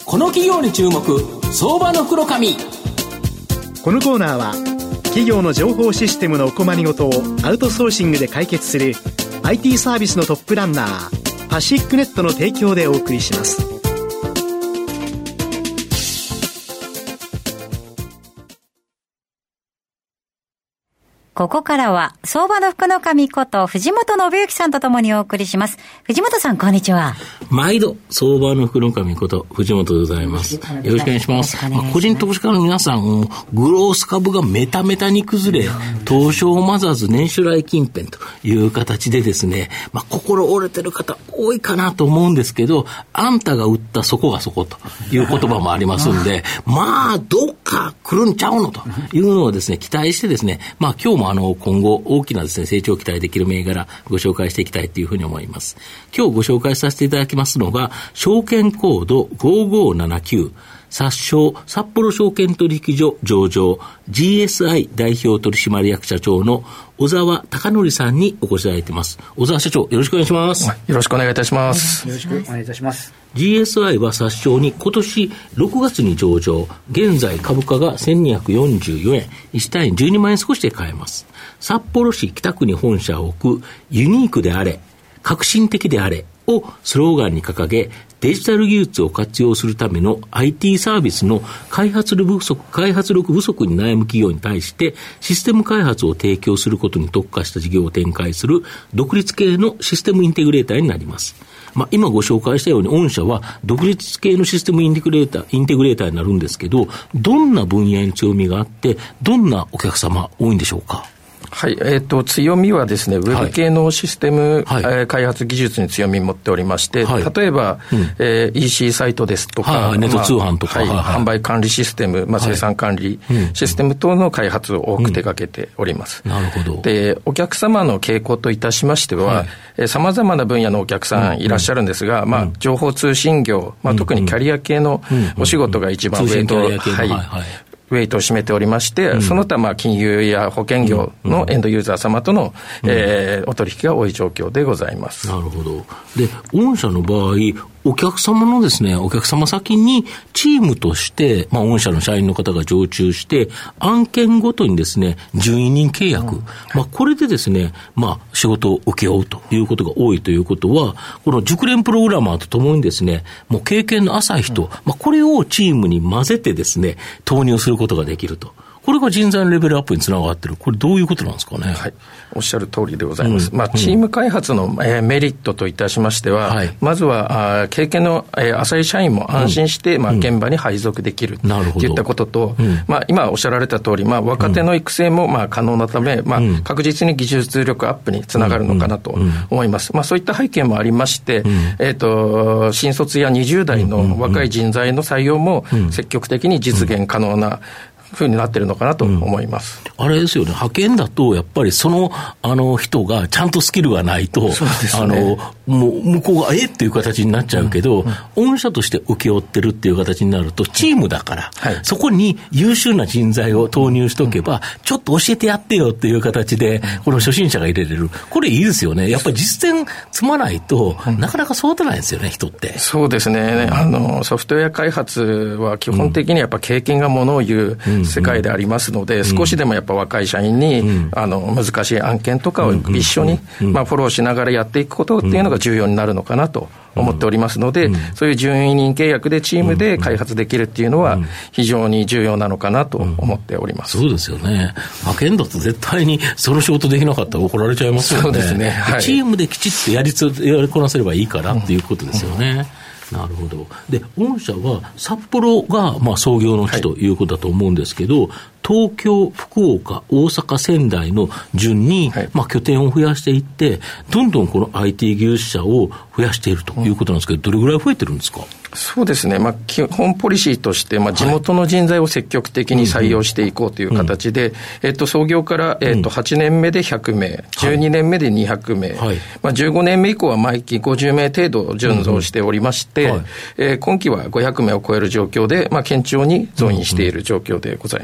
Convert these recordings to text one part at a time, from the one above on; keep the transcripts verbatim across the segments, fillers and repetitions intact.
この企業に注目、相場の袋紙。 このコーナーは企業の情報システムのお困りごとをアウトソーシングで解決する アイティー サービスのトップランナーパシックネットの提供でお送りします。 ここからは相場の福の神こと藤本信之さんとともにお送りします。藤本さん、こんにちは。 毎度相場の福の神こと藤本でございます。よろしくお願いします。まあ、個人投資家の皆さん、グロース株がメタメタに崩れ、東証マザーズ年初来近辺という形でですね、まあ、心折れてる方多いかなと思うんですけど、あんたが売ったそこがそこという言葉もありますんで、まあどっか来るんちゃうのというのをですね期待してですね、まあ今日もあの今後大きなですね成長を期待できる銘柄ご紹介していきたいというふうに思います。今日ご紹介させていただきますのが証券コードごごななきゅう札証札幌証券取引所上場 ジーエスアイ 代表取締役社長の小沢貴則さんにお越しいただいています。小沢社長、よろしくお願いします。 よろしくお願いいたします。 よろしくお願いいたします。 ジーエスアイ は札証に今年ろくがつに上場、現在株価がせんにひゃくよんじゅうよえん、いち単位じゅうにまんえん少しで買えます。札幌市北区に本社を置くユニークであれ革新的であれをスローガンに掲げ、デジタル技術を活用するための アイティー サービスの開発力不足、開発力不足に悩む企業に対してシステム開発を提供することに特化した事業を展開する独立系のシステムインテグレーターになります。まあ、今ご紹介したように御社は独立系のシステムインテグレーター、インテグレーターになるんですけど、どんな分野に強みがあってどんなお客様多いんでしょうか。 はい、えーと、強みはですね、ウェブ系のシステム、はい、えー、開発技術に強みを持っておりまして、はい、例えば、うん、えー、イーシー サイトですとか、 はい、ネット通販とか、 まあ、はいはい、販売管理システム、まあ、生産管理システム等の開発を多く手掛けております。 うん、なるほど。 で、お客様の傾向といたしましては、はい、えー、様々な分野のお客さんいらっしゃるんですが、うん、まあ、情報通信業、まあ、特にキャリア系のお仕事が一番上と、はい、ウェイトを占めておりまして、うん、その他まあ金融や保険業のエンドユーザー様との、うん、えー、お取引が多い状況でございます。 なるほど。で、御社の場合、お客様のですね、お客様先にチームとして、まあ、御社の社員の方が常駐して、案件ごとにですね、準委任契約、うん、まあ、これでですね、まあ、仕事を請け負うということが多いということは、この熟練プログラマーとともにですね、もう経験の浅い人、うん、まあ、これをチームに混ぜてですね、投入することができると。これが人材のレベルアップにつながっている。これどういうことなんですかね。 はい、おっしゃる通りでございます。うん、まあ、チーム開発の、えー、メリットといたしましては、はい、まずはあ経験の、えー、浅い社員も安心して、うん、まあ、現場に配属できるといったことと、うん、まあ、今おっしゃられた通り、まあ、若手の育成も、まあ、可能なため、まあ、確実に技術力アップにつながるのかなと思います。まあ、そういった背景もありまして、うん、えーと、新卒やにじゅう代の若い人材の採用も積極的に実現可能なふうになってるのかなと思います。 うん、あれですよね、派遣だとやっぱりそのあの人がちゃんとスキルがないと、そうですね、あのもう向こうがえっていう形になっちゃうけど、うんうん、御社として請け負ってるっていう形になるとチームだから、はい、そこに優秀な人材を投入しておけば、うん、ちょっと教えてやってよっていう形で、うん、この初心者が入れれる、これいいですよね。やっぱり実践積まないと、うん、なかなか育たないですよね、人って。 そうですね、あのソフトウェア開発は基本的にやっぱ経験がものを言う、うん世界でありますので、うん、少しでもやっぱ若い社員に、うん、あの難しい案件とかを一緒に、うんまあ、フォローしながらやっていくことっていうのが重要になるのかなと思っておりますので、うん、そういう準委任契約でチームで開発できるっていうのは非常に重要なのかなと思っております。 うんうん、そうですよね。派遣だと絶対にその仕事できなかったら怒られちゃいますよね。 そうですね、はい、 チームできちっとやりつやりこなせればいいからっていうことですよね。うんうんなるほど。で、御社は札幌がまあ創業の地ということだと思うんですけど、はい、東京、福岡、大阪、仙台の順に、はい、まあ拠点を増やしていって、どんどんこの アイティー 技術者を増やしているということなんですけど、どれぐらい増えてるんですか？ そうですね、まあ、基本ポリシーとして、まあ、地元の人材を積極的に採用していこうという形で、うんうんえっと、創業から、えっと、はちねんめでひゃくめい、じゅうにねんめでにひゃくめい、はいまあ、じゅうごねんめ以降は毎期ごじゅうめい程度順増しておりまして、うんうんはいえー、今期はごひゃくめいを超える状況で、まあ、堅調に増員している状況でございます。 うんうん、なるほ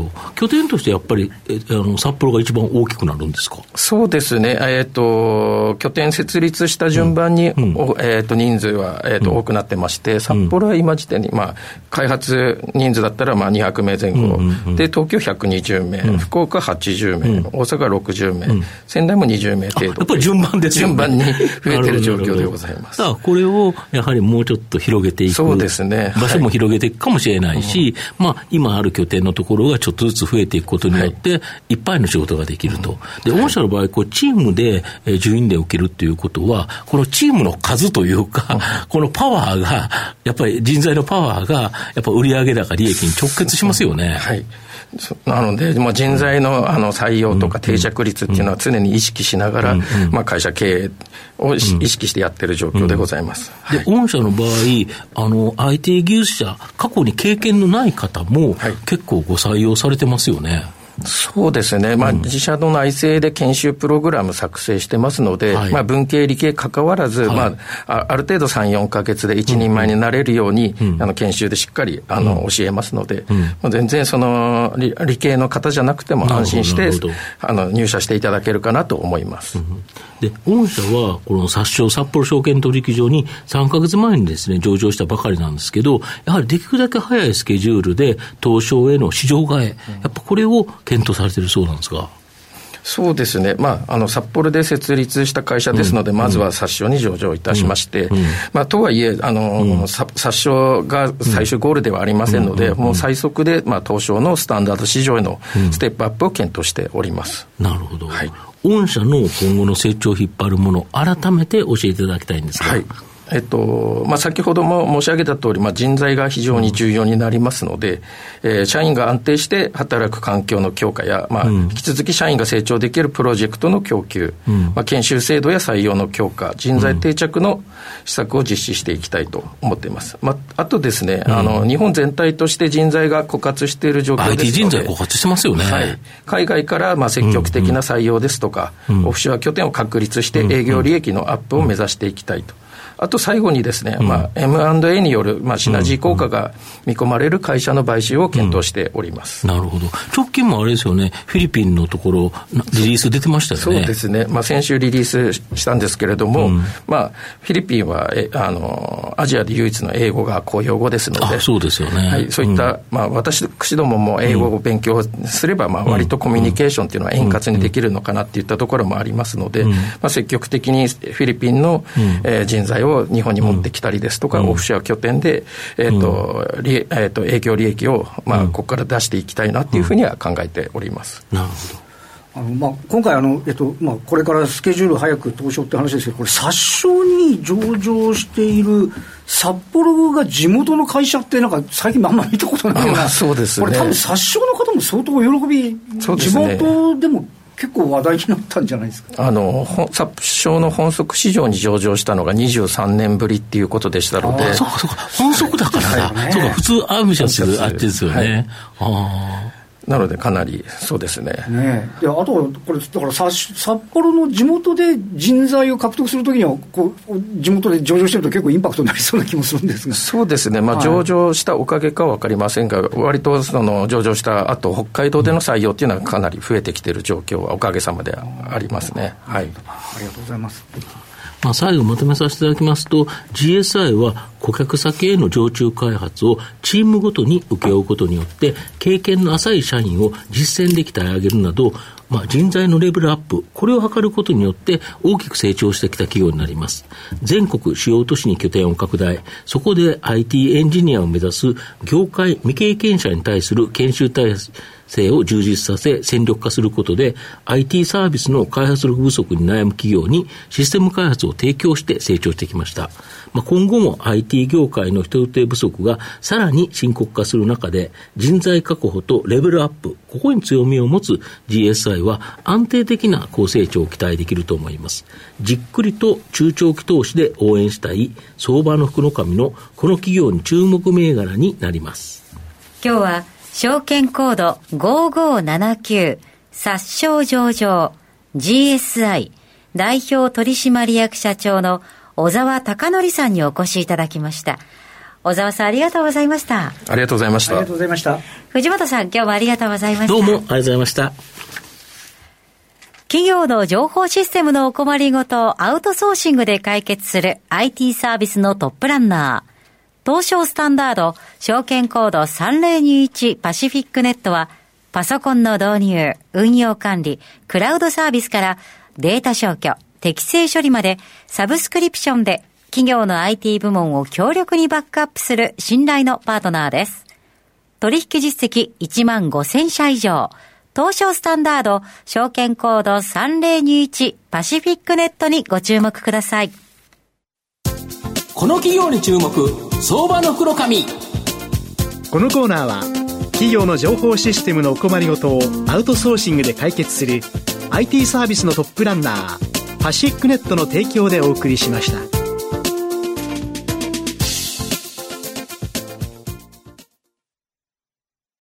ど。拠点としてやっぱりえあの札幌が一番大きくなるんですか？ そうですね、えー、と拠点設立した順番に、うんうんえー、と人数は、えーとうん、多くなってまして、札幌は今時点に、まあ、開発人数だったらまあにひゃくめいぜん後、うんうんうん、で東京ひゃくにじゅうめい、うん、福岡はちじゅうめい、うん、大阪ろくじゅうめい、うん、仙台もにじゅうめい程度、 やっぱり順番ですよね。 順番に増えている状況でございます。 だからこれをやはりもうちょっと広げていく、 そうですね、 場所も広げていくかもしれないし、はいまあ、今ある拠点のところがちょっとずつ増えていくことによって、はい、いっぱいの仕事ができると。で御社の場合こうチームで、えー、従業員で受けるということは、このチームの数というか、うん、このパワーがやっぱり人材のパワーがやっぱ売上高利益に直結しますよね。 はいなので、まあ、人材 の, あの採用とか定着率っていうのは常に意識しながら、うんうんまあ、会社経営を意識してやっている状況でございます。 うんうん、で御社の場合あの アイティー 技術者過去に経験のない方も結構ご採用されてますよね。 そうですね、まあ、自社の内製で研修プログラム作成してますので、はいまあ、文系理系関わらず、はいまあ、ある程度 さん,よん ヶ月で一人前になれるように、うんうん、あの研修でしっかりあの、うん、教えますので、うんまあ、全然その 理, 理系の方じゃなくても安心してあの入社していただけるかなと思います。うん、 で御社はこの札証札幌証券取引所にさんかげつまえにですね上場したばかりなんですけど、やはりできるだけ早いスケジュールで東証への市場替え、やっぱこれを検討されているそうなんですが。 そうですね、まあ、あの札幌で設立した会社ですので、うん、まずは札証に上場いたしまして、うんうんまあ、とはいえあの、うん、札証が最終ゴールではありませんので、うん、もう最速で、まあ、東証のスタンダード市場へのステップアップを検討しております。 うん、なるほど、はい、御社の今後の成長を引っ張るもの改めて教えていただきたいんですが。 はいえっとまあ、先ほども申し上げた通り、まあ、人材が非常に重要になりますので、うんえー、社員が安定して働く環境の強化や、まあ、引き続き社員が成長できるプロジェクトの供給、うんまあ、研修制度や採用の強化、人材定着の施策を実施していきたいと思っています。まあ、あとですね、うん、あの日本全体として人材が枯渇している状況ですので、 アイティー 人材枯渇してますよね。 はい、海外からまあ積極的な採用ですとか、うんうん、オフショア拠点を確立して営業利益のアップを目指していきたいと。あと最後にですね、うんまあ、エムアンドエー による、まあ、シナジー効果が見込まれる会社の買収を検討しております。 うんうん、なるほど。直近もあれですよね、フィリピンのところリリース出てましたよね。 そうですね、まあ、先週リリースしたんですけれども、うんまあ、フィリピンはえあのアジアで唯一の英語が公用語ですので、 あそうですよね、 はい、そういった、うんまあ、私どもも英語を勉強すれば、まあ、割とコミュニケーションというのは円滑にできるのかなといったところもありますので、うんまあ、積極的にフィリピンの、うんえー、人材を日本に持ってきたりですとか、うん、オフショア拠点で、えーとうんえー、と営業利益を、まあ、ここから出していきたいなというふうには考えております。 うん、なるほど。 あのまあ、今回あの、えっとまあ、これからスケジュール早く東証って話ですけど、これ札証に上場している札幌が地元の会社ってなんか最近あんまり見たことないような、 そうですね、 これ多分札証の方も相当お喜び、そうですね、地元でも結構話題になったんじゃないですか。 あの札証の本則市場に上場したのがにじゅうさんねんぶりっていうことでしたので、 あそうかそうか、本則だからだ、はい、そうか、普通アームシャスあっちですよね、はい、あなのでかなりそうですね。 ねえ、いやあとはこれだから札幌の地元で人材を獲得するときにはこう地元で上場してると結構インパクトになりそうな気もするんですが。 そうですね、まあ、はい、上場したおかげかは分かりませんが、割とその上場した後北海道での採用っていうのはかなり増えてきている状況はおかげさまでありますね。はい、 ありがとうございます。 まあ、最後まとめさせていただきますと ジーエスアイ は顧客先への常駐開発をチームごとに請け負うことによって経験の浅い社員を実践で鍛え上げるなど、まあ、人材のレベルアップ、これを図ることによって大きく成長してきた企業になります。全国主要都市に拠点を拡大、そこで アイティー エンジニアを目指す業界未経験者に対する研修体制を充実させ戦力化することで アイティー サービスの開発力不足に悩む企業にシステム開発を提供して成長してきました。まあ、今後も アイティー 業界の人手不足がさらに深刻化する中で人材確保とレベルアップ、ここに強みを持つ ジーエスアイ は安定的な高成長を期待できると思います。じっくりと中長期投資で応援したい相場の福の神のこの企業に注目銘柄になります。 今日は証券コードごごななきゅう札証上場 ジーエスアイ 代表取締役社長の小沢貴則さんにお越しいただきました。 小沢さんありがとうございました。 ありがとうございました。 ありがとうございました。 藤本さん今日もありがとうございました。 どうもありがとうございました。 企業の情報システムのお困りごとをアウトソーシングで解決する アイティー サービスのトップランナー。東証スタンダード証券コードさんぜろにいちパシフィックネットはパソコンの導入、運用管理、クラウドサービスからデータ消去、適正処理までサブスクリプションで企業の アイティー 部門を強力にバックアップする信頼のパートナーです。取引実績いちまんごせんしゃ以上。東証スタンダード証券コードさんぜろにいちパシフィックネットにご注目ください。 この企業に注目、相場の福の神。 このコーナーは企業の情報システムのお困りごとをアウトソーシングで解決する アイティー サービスのトップランナーパシフィックネットの提供でお送りしました。